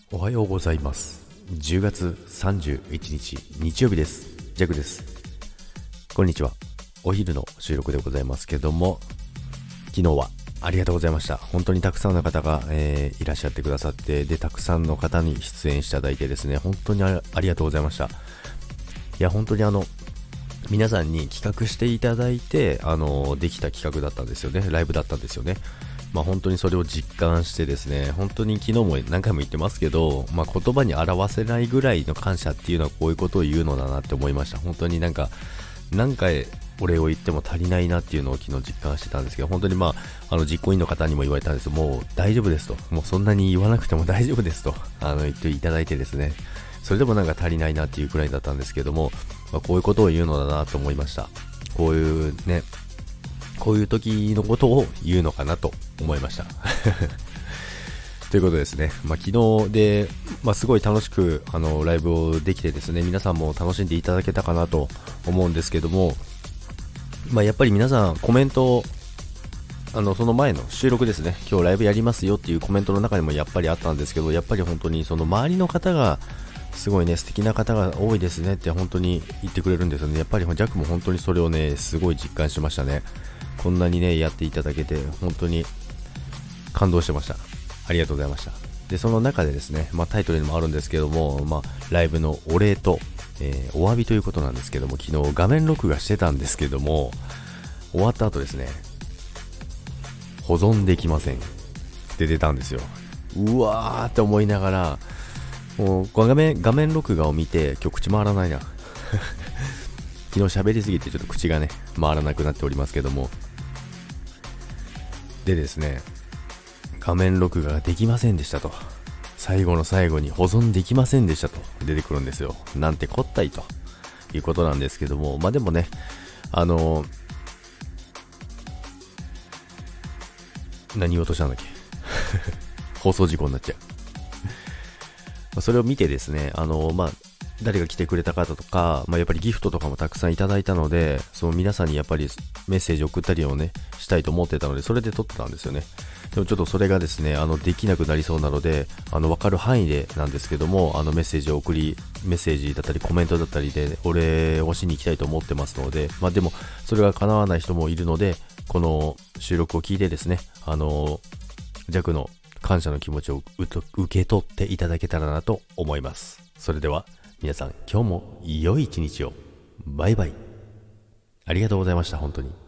おはようございます。10月31日日曜日です。ジャクです。こんにちは。お昼の収録でございますけども、昨日はありがとうございました。本当にたくさんの方が、いらっしゃってくださって、でたくさんの方に出演していただいてですね、本当にありがとうございました。いや本当に皆さんに企画していただいてできた企画だったんですよね。ライブだったんですよね。本当にそれを実感してですね、本当に昨日も何回も言ってますけど、言葉に表せないぐらいの感謝っていうのはこういうことを言うのだなって思いました。本当に何回お礼を言っても足りないなっていうのを昨日実感してたんですけど、本当に実行委員の方にも言われたんです。もう大丈夫ですと、もうそんなに言わなくても大丈夫ですと言っていただいてですね、それでも足りないなっていうくらいだったんですけども、こういうことを言うのだなと思いました。こういう時のことを言うのかなと思いましたということですね。昨日で、すごい楽しくライブをできてですね、皆さんも楽しんでいただけたかなと思うんですけども、やっぱり皆さんコメントをその前の収録ですね、今日ライブやりますよっていうコメントの中にもやっぱりあったんですけど、やっぱり本当にその周りの方がすごいね、素敵な方が多いですねって本当に言ってくれるんですよね。やっぱりジャックも本当にそれをね、すごい実感しましたね。こんなにね、やっていただけて本当に感動してました。ありがとうございました。で、その中でですね、タイトルにもあるんですけども、ライブのお礼と、お詫びということなんですけども、昨日画面録画してたんですけども、終わった後ですね、保存できませんって出たんですよ。うわーって思いながら、もう画面録画を見て今日口回らないな昨日喋りすぎてちょっと口がね回らなくなっておりますけども、でですね、画面録画ができませんでしたと、最後の最後に保存できませんでしたと出てくるんですよ。なんてこったいということなんですけども、でもね、何言おうとしたんだっけ放送事故になっちゃうそれを見てですね、誰が来てくれた方とか、やっぱりギフトとかもたくさんいただいたので、その皆さんにやっぱりメッセージ送ったりをね、したいと思ってたので、それで撮ってたんですよね。でもちょっとそれがですね、できなくなりそうなので、わかる範囲でなんですけども、メッセージだったりコメントだったりで、お礼をしに行きたいと思ってますので、でも、それが叶わない人もいるので、この収録を聞いてですね、ジャクの感謝の気持ちを受け取っていただけたらなと思います。それでは皆さん、今日も良い一日を。バイバイ。ありがとうございました。本当に。